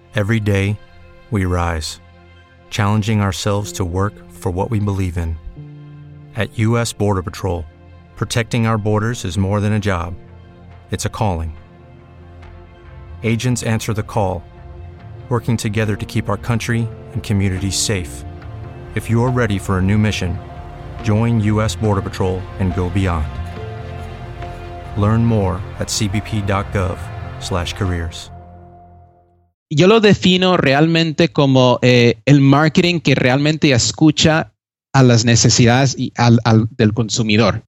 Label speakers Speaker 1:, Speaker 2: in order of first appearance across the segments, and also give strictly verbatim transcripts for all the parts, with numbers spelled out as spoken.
Speaker 1: Every day, we rise, challenging ourselves to work for what we believe in. At U S Border Patrol, protecting our borders is more than a job. It's a calling. Agents answer the call, working together to keep our country and communities safe. If you're ready for a new mission, join U S Border Patrol and go beyond. Learn more at c b p dot gov slash careers.
Speaker 2: Yo lo defino realmente como eh, el marketing que realmente escucha a las necesidades y al, al, del consumidor.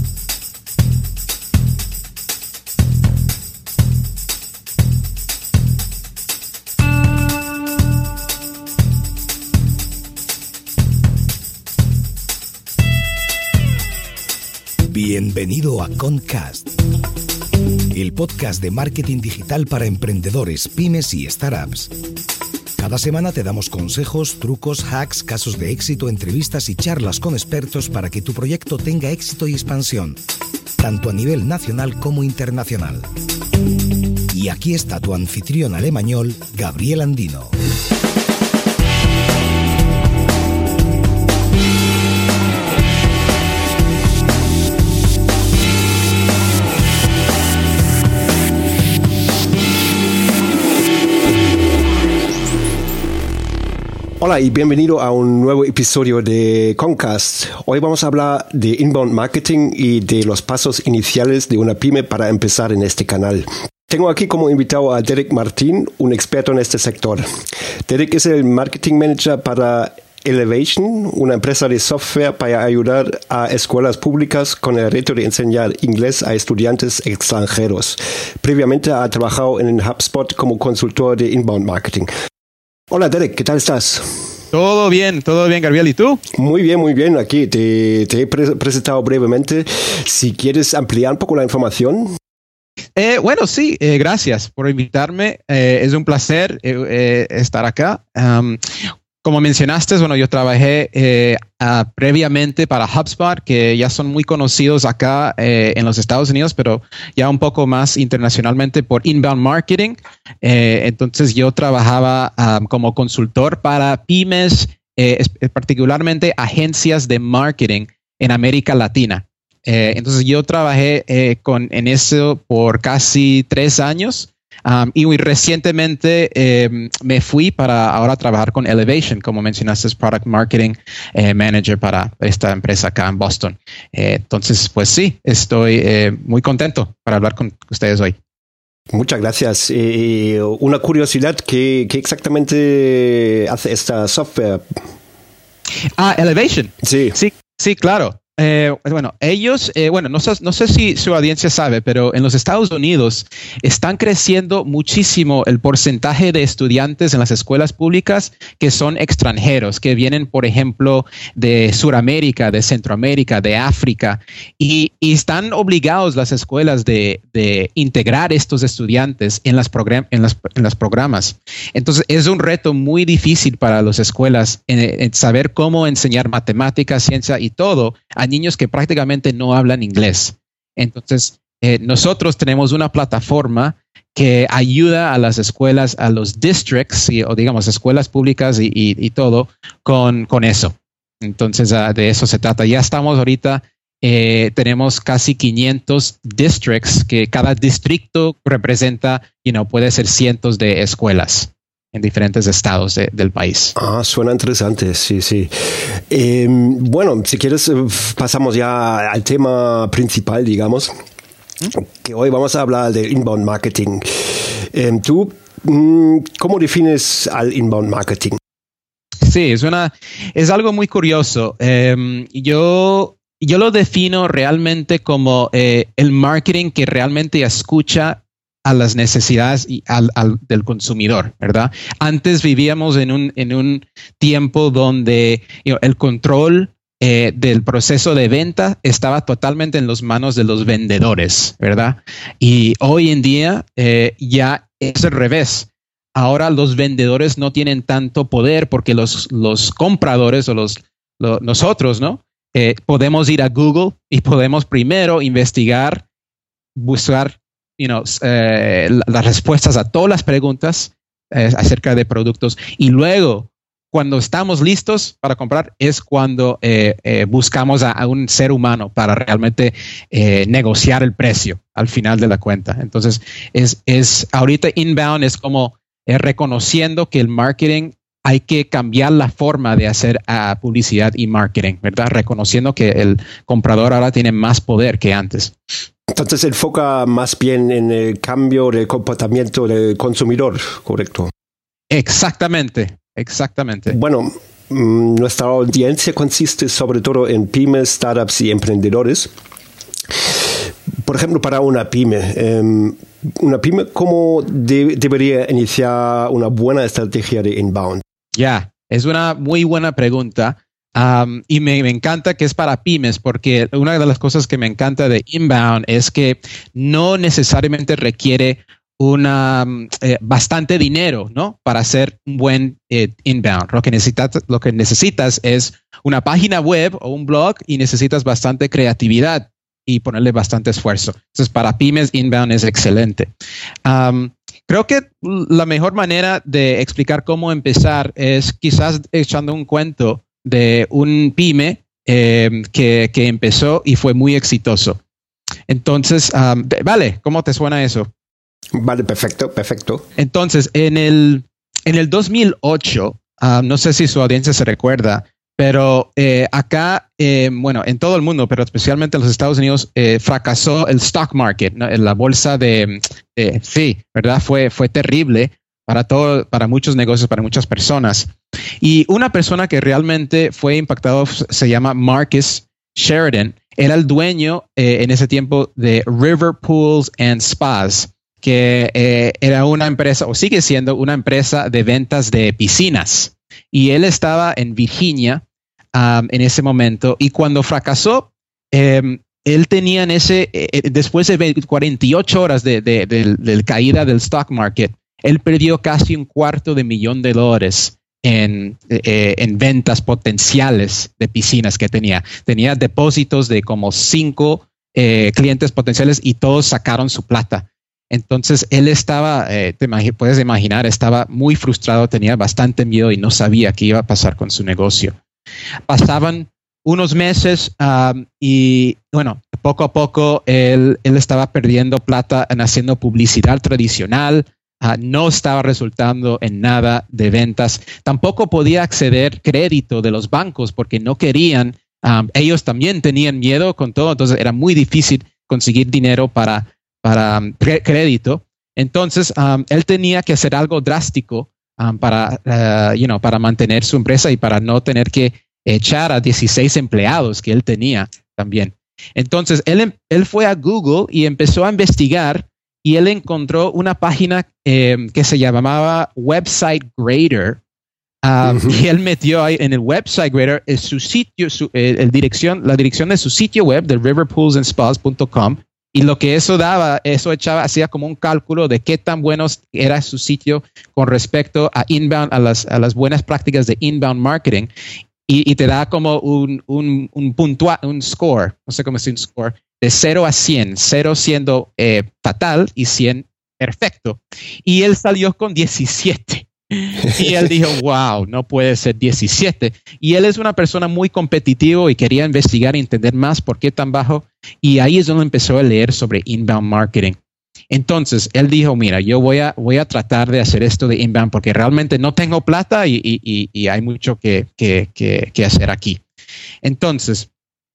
Speaker 3: Bienvenido a Concast, el podcast de marketing digital para emprendedores, pymes y startups. Cada semana te damos consejos, trucos, hacks, casos de éxito, entrevistas y charlas con expertos para que tu proyecto tenga éxito y expansión, tanto a nivel nacional como internacional. Y aquí está tu anfitrión alemañol, Gabriel Andino.
Speaker 4: Hola y bienvenido a un nuevo episodio de Concast. Hoy vamos a hablar de inbound marketing y de los pasos iniciales de una pyme para empezar en este canal. Tengo aquí como invitado a Derek Martín, un experto en este sector. Derek es el marketing manager para Elevation, una empresa de software para ayudar a escuelas públicas con el reto de enseñar inglés a estudiantes extranjeros. Previamente ha trabajado en HubSpot como consultor de inbound marketing. Hola Derek, ¿qué tal estás?
Speaker 2: Todo bien, todo bien, Gabriel. ¿Y tú?
Speaker 4: Muy bien, muy bien. Aquí te, te he pre- presentado brevemente. Si quieres ampliar un poco la información.
Speaker 2: Eh, bueno, sí, eh, gracias por invitarme. Eh, es un placer eh, eh, estar acá. Um, como mencionaste, bueno, yo trabajé eh, uh, previamente para HubSpot, que ya son muy conocidos acá eh, en los Estados Unidos, pero ya un poco más internacionalmente por inbound marketing. Eh, entonces yo trabajaba um, como consultor para pymes, eh, es, particularmente agencias de marketing en América Latina. Eh, entonces yo trabajé eh, con, en eso por casi tres años. Um, y muy recientemente eh, me fui para ahora trabajar con Elevation, como mencionaste, es Product Marketing eh, Manager para esta empresa acá en Boston. Eh, entonces, pues sí, estoy eh, muy contento para hablar con ustedes hoy.
Speaker 4: Muchas gracias. Eh, una curiosidad, ¿qué, qué exactamente hace esta software?
Speaker 2: Ah, Elevation.
Speaker 4: Sí.
Speaker 2: Sí, sí, claro. Eh, bueno, ellos, eh, bueno, no sé, no sé si su audiencia sabe, pero en los Estados Unidos están creciendo muchísimo el porcentaje de estudiantes en las escuelas públicas que son extranjeros, que vienen, por ejemplo, de Sudamérica, de Centroamérica, de África, y, y están obligados las escuelas de, de integrar estos estudiantes en las, program- en, las, en las programas. Entonces, es un reto muy difícil para las escuelas en, en saber cómo enseñar matemáticas, ciencia y todo a niños que prácticamente no hablan inglés. Entonces, eh, nosotros tenemos una plataforma que ayuda a las escuelas, a los districts, y, o digamos, escuelas públicas y, y, y todo con, con eso. Entonces, uh, de eso se trata. Ya estamos ahorita, eh, tenemos casi quinientos districts, que cada distrito representa, you know, puede ser cientos de escuelas en diferentes estados de, del país.
Speaker 4: Ah, suena interesante, sí, sí. Eh, bueno, si quieres, pasamos ya al tema principal, digamos, ¿Mm? que hoy vamos a hablar del inbound marketing. Eh, ¿Tú cómo defines al inbound marketing?
Speaker 2: Sí, es, una, es algo muy curioso. Eh, yo, yo lo defino realmente como eh, el marketing que realmente escucha a las necesidades y al, al, del consumidor, ¿verdad? Antes vivíamos en un, en un tiempo donde you know, el control eh, del proceso de venta estaba totalmente en las manos de los vendedores, ¿verdad? Y hoy en día eh, ya es al revés. Ahora los vendedores no tienen tanto poder porque los, los compradores o los, los nosotros, ¿no? Eh, podemos ir a Google y podemos primero investigar, buscar You know, eh, las respuestas a todas las preguntas eh, acerca de productos. Y luego, cuando estamos listos para comprar, es cuando eh, eh, buscamos a, a un ser humano para realmente eh, negociar el precio al final de la cuenta. Entonces, es, es ahorita inbound es como eh, reconociendo que el marketing hay que cambiar la forma de hacer uh, publicidad y marketing, ¿verdad? Reconociendo que el comprador ahora tiene más poder que antes.
Speaker 4: Entonces enfoca más bien en el cambio del comportamiento del consumidor, ¿correcto?
Speaker 2: Exactamente, exactamente.
Speaker 4: Bueno, nuestra audiencia consiste sobre todo en pymes, startups y emprendedores. Por ejemplo, para una pyme, eh, una pyme, ¿cómo de- debería iniciar una buena estrategia de inbound?
Speaker 2: Ya, yeah, es una muy buena pregunta. Um, y me, me encanta que es para pymes, porque una de las cosas que me encanta de inbound es que no necesariamente requiere una eh, bastante dinero, ¿no? Para hacer un buen eh, inbound. Lo que necesitas, lo que necesitas es una página web o un blog y necesitas bastante creatividad y ponerle bastante esfuerzo. Entonces, para pymes, inbound es excelente. Um, Creo que la mejor manera de explicar cómo empezar es quizás echando un cuento de un pyme eh, que, que empezó y fue muy exitoso. Entonces, um, de, vale, ¿cómo te suena eso?
Speaker 4: Vale, perfecto, perfecto.
Speaker 2: Entonces, en el, en el dos mil ocho, uh, no sé si su audiencia se recuerda, pero eh, acá, eh, bueno, en todo el mundo, pero especialmente en los Estados Unidos, eh, fracasó el stock market, ¿no? La bolsa de, de sí, ¿verdad? Fue, fue terrible para todo, para muchos negocios, para muchas personas. Y una persona que realmente fue impactado se llama Marcus Sheridan. Era el dueño eh, en ese tiempo de River Pools and Spas, que eh, era una empresa, o sigue siendo una empresa de ventas de piscinas. Y él estaba en Virginia um, en ese momento. Y cuando fracasó, eh, él tenía en ese, eh, después de cuarenta y ocho horas de, de, de, de caída del stock market, él perdió casi un cuarto de millón de dólares en, eh, en ventas potenciales de piscinas que tenía. Tenía depósitos de como cinco eh, clientes potenciales y todos sacaron su plata. Entonces él estaba, eh, te imag- puedes imaginar, estaba muy frustrado, tenía bastante miedo y no sabía qué iba a pasar con su negocio. Pasaban unos meses um, y bueno, poco a poco él, él estaba perdiendo plata en haciendo publicidad tradicional, uh, no estaba resultando en nada de ventas, tampoco podía acceder crédito de los bancos porque no querían, um, ellos también tenían miedo con todo, entonces era muy difícil conseguir dinero para para um, crédito. Entonces, um, él tenía que hacer algo drástico um, para, uh, you know, para mantener su empresa y para no tener que echar a dieciséis empleados que él tenía también. Entonces, él, él fue a Google y empezó a investigar y él encontró una página eh, que se llamaba Website Grader. Um, uh-huh. Y él metió ahí en el Website Grader eh, su sitio, su, eh, el dirección, la dirección de su sitio web de river pools and spas punto com. Y lo que eso daba, eso echaba, hacía como un cálculo de qué tan bueno era su sitio con respecto a inbound, a las, a las buenas prácticas de inbound marketing. Y, y te da como un, un, un puntual, un score, no sé cómo decir un score, de cero a cien, cero siendo eh, fatal y cien perfecto. Y él salió con diecisiete. Y él dijo, wow, no puede ser diecisiete. Y él es una persona muy competitiva y quería investigar y entender más por qué tan bajo. Y ahí es donde empezó a leer sobre inbound marketing. Entonces, él dijo, mira, yo voy a, voy a tratar de hacer esto de inbound porque realmente no tengo plata y, y, y hay mucho que, que, que, que hacer aquí. Entonces,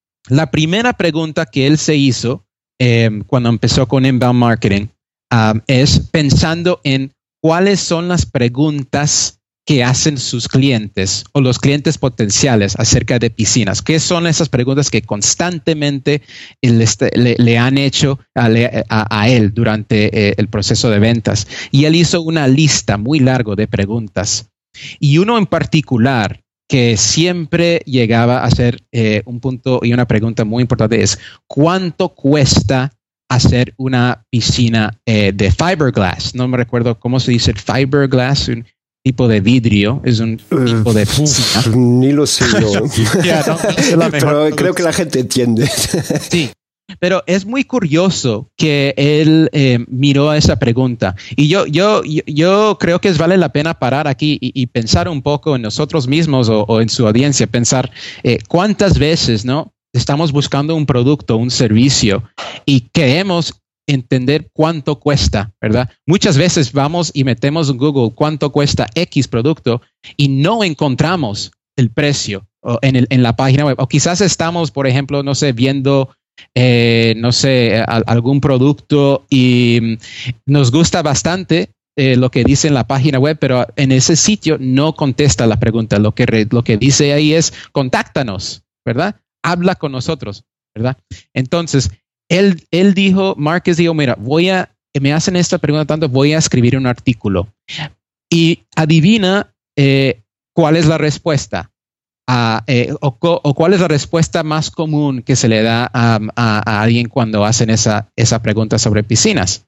Speaker 2: la primera pregunta que él se hizo eh, cuando empezó con inbound marketing um, es pensando en cuáles son las preguntas que hacen sus clientes o los clientes potenciales acerca de piscinas. ¿Qué son esas preguntas que constantemente le, le, le han hecho a, a, a él durante eh, el proceso de ventas? Y él hizo una lista muy larga de preguntas. Y uno en particular que siempre llegaba a ser eh, un punto y una pregunta muy importante es ¿cuánto cuesta hacer una piscina eh, de fiberglass? No me recuerdo cómo se dice fiberglass, un tipo de vidrio, es un tipo de piscina.
Speaker 4: Uh, ni lo sé yo.
Speaker 2: Yeah, no, es la mejor
Speaker 4: Pero creo que la gente entiende.
Speaker 2: Sí, Pero es muy curioso que él eh, miró esa pregunta. Y yo, yo, yo, yo creo que vale la pena parar aquí y, y pensar un poco en nosotros mismos o, o en su audiencia, pensar eh, cuántas veces, ¿no?, estamos buscando un producto, un servicio y queremos entender cuánto cuesta, ¿verdad? Muchas veces vamos y metemos en Google cuánto cuesta X producto y no encontramos el precio en, el, en la página web. O quizás estamos, por ejemplo, no sé, viendo, eh, no sé, a, algún producto y nos gusta bastante eh, lo que dice en la página web, pero en ese sitio no contesta la pregunta. Lo que, re, lo que dice ahí es, contáctanos, ¿verdad? Habla con nosotros, ¿verdad? Entonces, él, él dijo, Marcus dijo, mira, voy a, me hacen esta pregunta tanto, voy a escribir un artículo. Y adivina eh, cuál es la respuesta. A, eh, o, o cuál es la respuesta más común que se le da a, a, a alguien cuando hacen esa, esa pregunta sobre piscinas.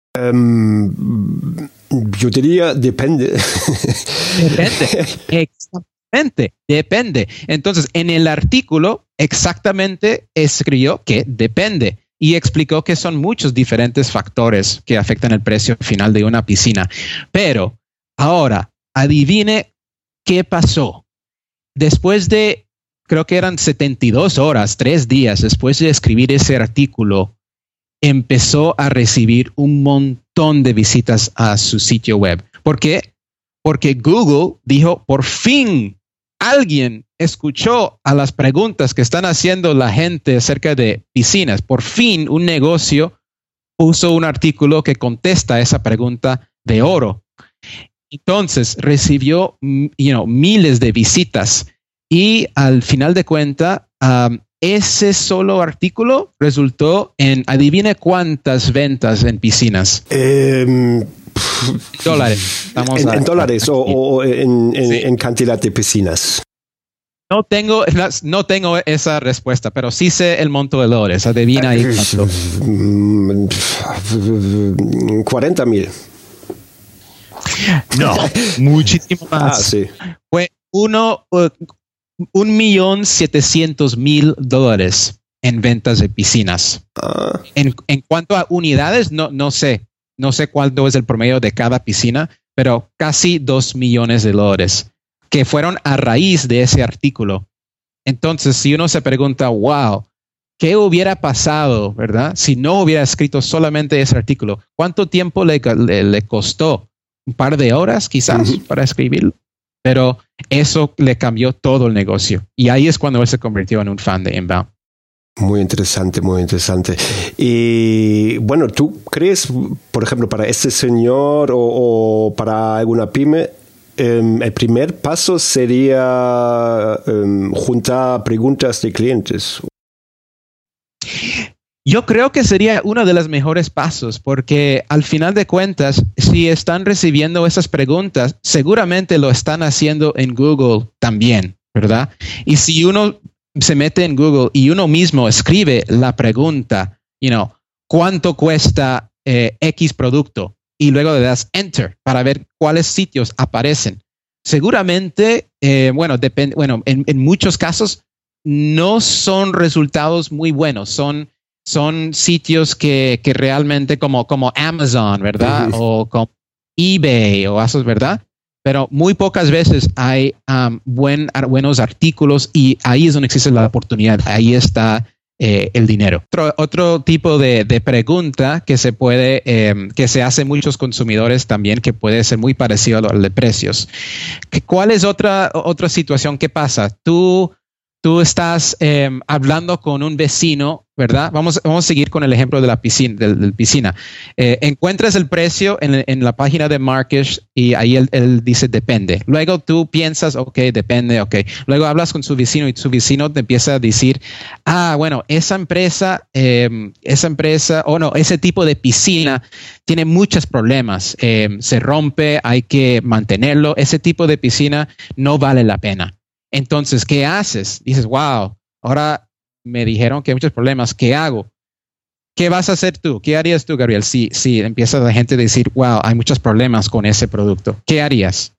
Speaker 4: Um, yo diría depende.
Speaker 2: Depende. Exactamente. Depende. Entonces, en el artículo exactamente escribió que depende y explicó que son muchos diferentes factores que afectan el precio final de una piscina. Pero ahora, adivine qué pasó. Después de, creo que eran setenta y dos horas, tres días después de escribir ese artículo, empezó a recibir un montón de visitas a su sitio web. ¿Por qué? Porque Google dijo, por fin alguien escuchó a las preguntas que están haciendo la gente acerca de piscinas. Por fin un negocio puso un artículo que contesta esa pregunta de oro. Entonces recibió you know, miles de visitas y al final de cuentas, um, ese solo artículo resultó en, adivine cuántas ventas en piscinas.
Speaker 4: Eh,
Speaker 2: dólares. Estamos
Speaker 4: en,
Speaker 2: a,
Speaker 4: en dólares a, o, o en, en, sí. en cantidad de piscinas.
Speaker 2: No tengo, no tengo esa respuesta, pero sí sé el monto de dólares. Adivina ahí cuánto.
Speaker 4: cuarenta mil.
Speaker 2: No, muchísimo más.
Speaker 4: Ah, sí.
Speaker 2: Fue uno, uh, un millón setecientos mil dólares en ventas de piscinas.
Speaker 4: Ah.
Speaker 2: En, en cuanto a unidades, no, no sé. No sé cuánto es el promedio de cada piscina, pero casi dos millones de dólares que fueron a raíz de ese artículo. Entonces, si uno se pregunta, wow, ¿qué hubiera pasado, verdad? Si no hubiera escrito solamente ese artículo, ¿cuánto tiempo le, le, le costó? Un par de horas quizás uh-huh. para escribirlo. Pero eso le cambió todo el negocio. Y ahí es cuando él se convirtió en un fan de Inbound.
Speaker 4: Muy interesante, muy interesante. Y bueno, ¿tú crees, por ejemplo, para este señor o, o para alguna pyme, um, el primer paso sería um, juntar preguntas de clientes?
Speaker 2: Yo creo que sería uno de los mejores pasos porque al final de cuentas, si están recibiendo esas preguntas, seguramente lo están haciendo en Google también, ¿verdad? Y si uno se mete en Google y uno mismo escribe la pregunta, you know, ¿cuánto cuesta eh, X producto? Y luego le das Enter para ver cuáles sitios aparecen. Seguramente, eh, bueno, depende, bueno, en, en muchos casos no son resultados muy buenos, son Son sitios que, que realmente como, como Amazon, ¿verdad? Uh-huh. O como eBay o esos, ¿verdad? Pero muy pocas veces hay um, buen, buenos artículos y ahí es donde existe la oportunidad. Ahí está eh, el dinero. Otro, otro tipo de, de pregunta que se puede, eh, que se hace muchos consumidores también, que puede ser muy parecido al de precios. ¿Cuál es otra, otra situación que pasa? Tú Tú estás eh, hablando con un vecino, ¿verdad? Vamos, vamos a seguir con el ejemplo de la piscina. De, de piscina. Eh, encuentras el precio en, en la página de Markish y ahí él, él dice depende. Luego tú piensas, ok, depende, ok. Luego hablas con su vecino y su vecino te empieza a decir, ah, bueno, esa empresa, eh, esa empresa, o oh, no, ese tipo de piscina tiene muchos problemas. Eh, se rompe, hay que mantenerlo. Ese tipo de piscina no vale la pena. Entonces, ¿qué haces? Dices, wow, ahora me dijeron que hay muchos problemas. ¿Qué hago? ¿Qué vas a hacer tú? ¿Qué harías tú, Gabriel? Si, si empieza la gente a decir, wow, hay muchos problemas con ese producto. ¿Qué harías?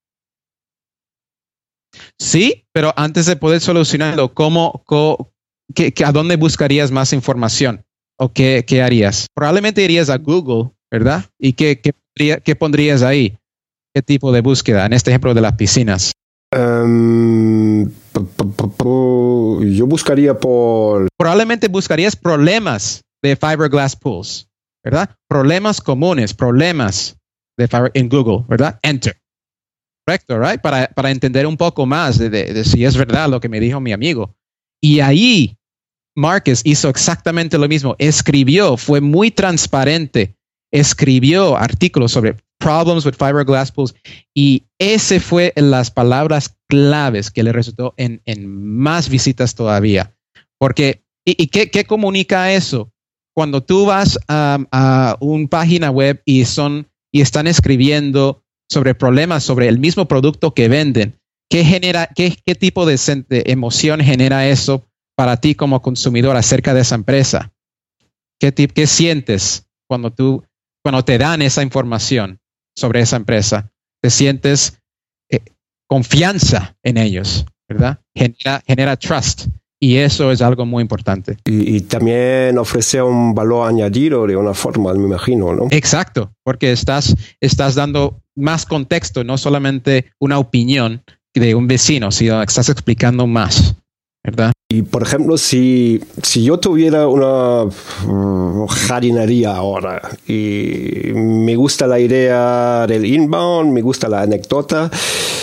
Speaker 2: Sí, pero antes de poder solucionarlo, ¿cómo, cómo, ¿qué, qué, ¿a dónde buscarías más información? ¿O qué, qué harías? Probablemente irías a Google, ¿verdad? ¿Y qué, qué, qué pondrías ahí? ¿Qué tipo de búsqueda? En este ejemplo de las piscinas.
Speaker 4: Um, yo buscaría por...
Speaker 2: Probablemente buscarías problemas de fiberglass pools, ¿verdad? Problemas comunes, problemas de fiber, en Google, ¿verdad? Enter. Correcto, right? Para, para entender un poco más de, de, de si es verdad lo que me dijo mi amigo. Y ahí Marcus hizo exactamente lo mismo. Escribió, fue muy transparente. Escribió artículos sobre problems with fiberglass pools y ese fue las palabras claves que le resultó en, en más visitas todavía. Porque, ¿y, y qué, qué comunica eso? Cuando tú vas um, a una página web y, son, y están escribiendo sobre problemas, sobre el mismo producto que venden, ¿qué, genera, qué, qué tipo de, de emoción genera eso para ti como consumidor acerca de esa empresa? ¿Qué, qué sientes cuando, tú, cuando te dan esa información sobre esa empresa? Te sientes eh, confianza en ellos, ¿verdad? Genera, genera trust. Y eso es algo muy importante.
Speaker 4: Y, y también ofrece un valor añadido de una forma, me imagino, ¿no?
Speaker 2: Exacto, porque estás, estás dando más contexto, no solamente una opinión de un vecino, sino que estás explicando más, ¿verdad?
Speaker 4: Y por ejemplo, si, si yo tuviera una uh, jardinería ahora y me gusta la idea del inbound, me gusta la anécdota,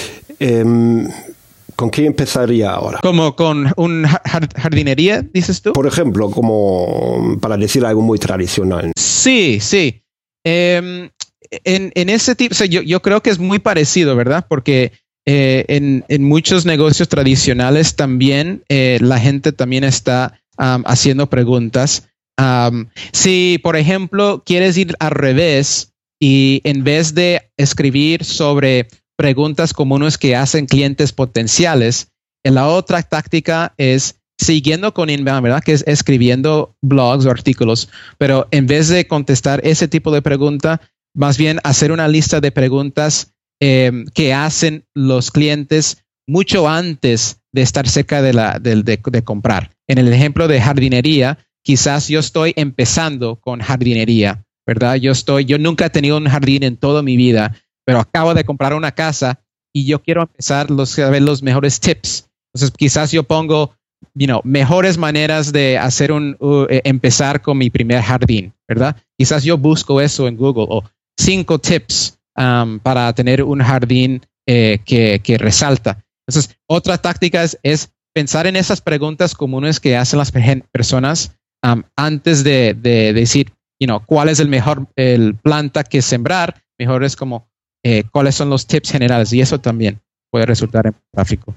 Speaker 4: eh, ¿con qué empezaría ahora?
Speaker 2: ¿Como con una jardinería, dices tú?
Speaker 4: Por ejemplo, como para decir algo muy tradicional.
Speaker 2: Sí, sí. Eh, en, en ese tipo, o sea, yo, yo creo que es muy parecido, ¿verdad? Porque eh, en, en muchos negocios tradicionales también eh, la gente también está um, haciendo preguntas. Um, si, por ejemplo, quieres ir al revés y en vez de escribir sobre preguntas comunes que hacen clientes potenciales, la otra táctica es siguiendo con inbound, ¿verdad? Que es escribiendo blogs o artículos, pero en vez de contestar ese tipo de pregunta, más bien hacer una lista de preguntas eh, que hacen los clientes mucho antes de estar cerca de, la, de, de, de comprar. En el ejemplo de jardinería, quizás yo estoy empezando con jardinería, ¿verdad? Yo estoy, yo nunca he tenido un jardín en toda mi vida, pero acabo de comprar una casa y yo quiero empezar los, a ver los mejores tips. Entonces, quizás yo pongo, you know, mejores maneras de hacer un, uh, empezar con mi primer jardín, ¿verdad? Quizás yo busco eso en Google o cinco tips um, para tener un jardín eh, que, que resalta. Entonces, otra táctica es, es pensar en esas preguntas comunes que hacen las personas um, antes de, de, de decir, you know, cuál es el mejor el planta que sembrar. Mejor es como, Eh, cuáles son los tips generales, y eso también puede resultar en tráfico.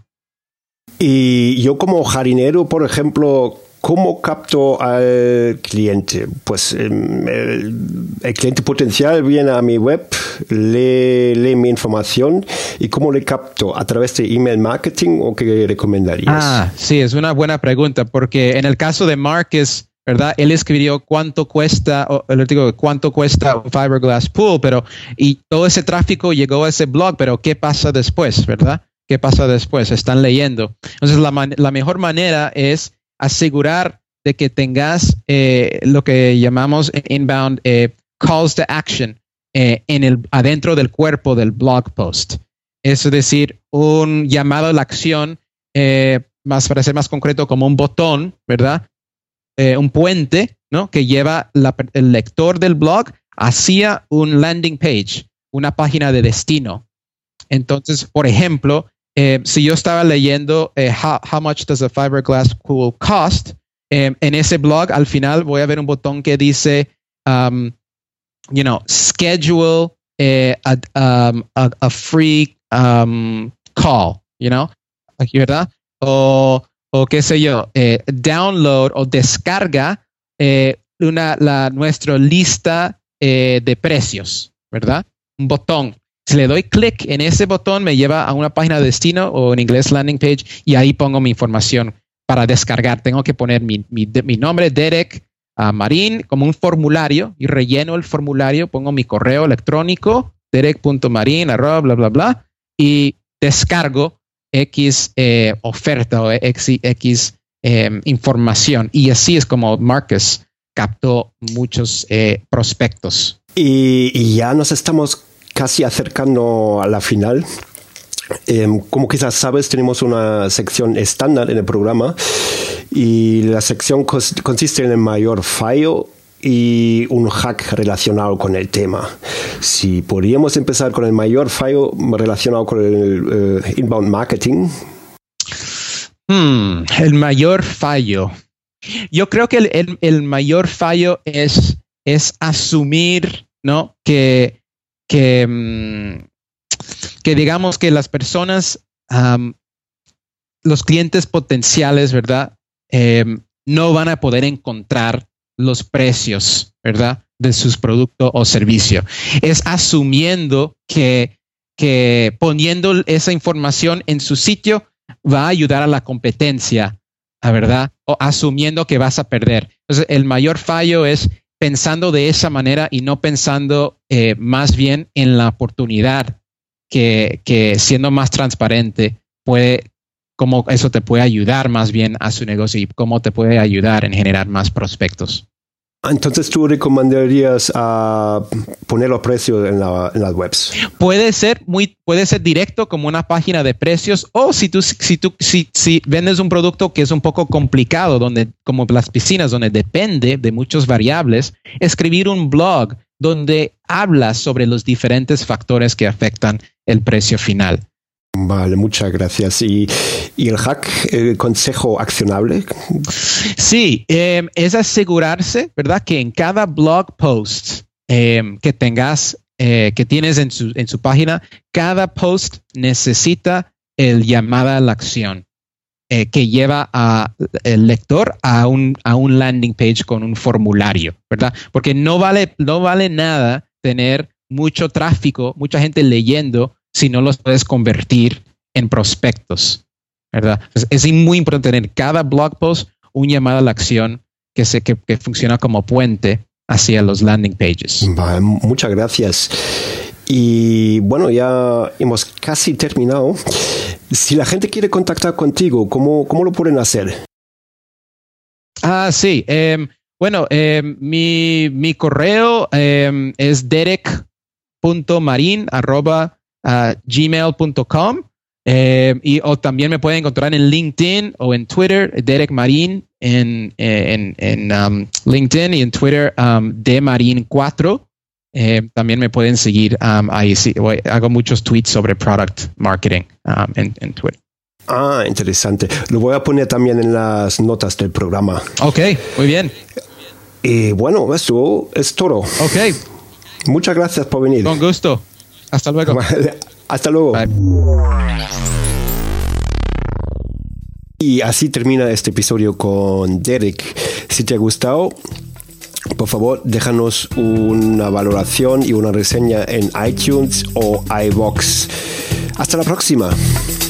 Speaker 4: Y yo como jardinero, por ejemplo, ¿cómo capto al cliente? Pues el, el cliente potencial viene a mi web, lee, lee mi información, y ¿cómo le capto? ¿A través de email marketing o qué recomendarías?
Speaker 2: Ah, sí, es una buena pregunta, porque en el caso de Marcus, ¿verdad? Él escribió cuánto cuesta, o, le digo, cuánto cuesta un fiberglass pool, pero y todo ese tráfico llegó a ese blog, pero ¿qué pasa después, verdad? ¿Qué pasa después? Están leyendo. Entonces, la, man, la mejor manera es asegurar de que tengas eh, lo que llamamos inbound eh, calls to action eh, en el, adentro del cuerpo del blog post. Es decir, un llamado a la acción, eh, más para ser más concreto, como un botón, ¿verdad? Eh, un puente, ¿no? Que lleva la, el lector del blog hacia un landing page, una página de destino. Entonces, por ejemplo, eh, si yo estaba leyendo eh, how, how much does a fiberglass pool cost, eh, en ese blog al final voy a ver un botón que dice, um, you know, schedule eh, a, um, a, a free um, call, you know, aquí, ¿verdad? O o qué sé yo, eh, download o descarga eh, una, la, nuestra lista eh, de precios, ¿verdad? Un botón. Si le doy clic en ese botón, me lleva a una página de destino o en inglés landing page y ahí pongo mi información para descargar. Tengo que poner mi, mi, mi nombre, Derek uh, Marín, como un formulario y relleno el formulario, pongo mi correo electrónico, derek punto marin arroba bla, bla, bla, y descargo X eh, oferta o X, X eh, información. Y así es como Marcus captó muchos eh, prospectos.
Speaker 4: Y, y ya nos estamos casi acercando a la final. Eh, como quizás sabes, tenemos una sección estándar en el programa y la sección cos- consiste en el mayor fallo y un hack relacionado con el tema. Si podríamos empezar con el mayor fallo relacionado con el uh, inbound marketing.
Speaker 2: Hmm, el mayor fallo. Yo creo que el, el, el mayor fallo es, es asumir, ¿no? Que, que, um, que digamos que las personas, um, los clientes potenciales, ¿verdad? Eh, no van a poder encontrar los precios, ¿verdad? De sus productos o servicios. Es asumiendo que, que poniendo esa información en su sitio va a ayudar a la competencia, ¿verdad? O asumiendo que vas a perder. Entonces, el mayor fallo es pensando de esa manera y no pensando eh, más bien en la oportunidad que, que siendo más transparente puede, cómo eso te puede ayudar más bien a su negocio y cómo te puede ayudar en generar más prospectos.
Speaker 4: Entonces, ¿tú recomendarías uh, poner los precios en, la, en las webs?
Speaker 2: Puede ser muy, puede ser directo como una página de precios, o si tú, si tú, si, si vendes un producto que es un poco complicado, donde, como las piscinas, donde depende de muchas variables, escribir un blog donde hablas sobre los diferentes factores que afectan el precio final.
Speaker 4: Vale, muchas gracias. ¿Y, y el hack, el consejo accionable?
Speaker 2: Sí, eh, es asegurarse, ¿verdad? Que en cada blog post eh, que tengas, eh, que tienes en su, en su página, cada post necesita el llamada a la acción eh, que lleva al lector a un, a un landing page con un formulario, ¿verdad? Porque no vale, no vale nada tener mucho tráfico, mucha gente leyendo, si no los puedes convertir en prospectos, ¿verdad? Entonces, es muy importante tener cada blog post un llamado a la acción que, se, que, que funciona como puente hacia los landing pages.
Speaker 4: Vale, muchas gracias. Y bueno, ya hemos casi terminado. Si la gente quiere contactar contigo, ¿cómo, cómo lo pueden hacer?
Speaker 2: Ah, sí. Eh, bueno, eh, mi, mi correo eh, es derek punto marin arroba Uh, gmail punto com eh, y o también me pueden encontrar en LinkedIn o en Twitter, Derek Marin en, en, en um, LinkedIn y en Twitter um, de Marin cuatro. Eh, también me pueden seguir um, ahí. Sí, hago muchos tweets sobre product marketing um, en, en Twitter.
Speaker 4: Ah, interesante. Lo voy a poner también en las notas del programa.
Speaker 2: Ok, muy bien.
Speaker 4: Y bueno, eso es todo.
Speaker 2: Ok.
Speaker 4: Muchas gracias por venir.
Speaker 2: Con gusto. Hasta luego.
Speaker 4: Hasta luego.
Speaker 2: Bye.
Speaker 4: Y así termina este episodio con Derek. Si te ha gustado, por favor, déjanos una valoración y una reseña en iTunes o iVoox. Hasta la próxima.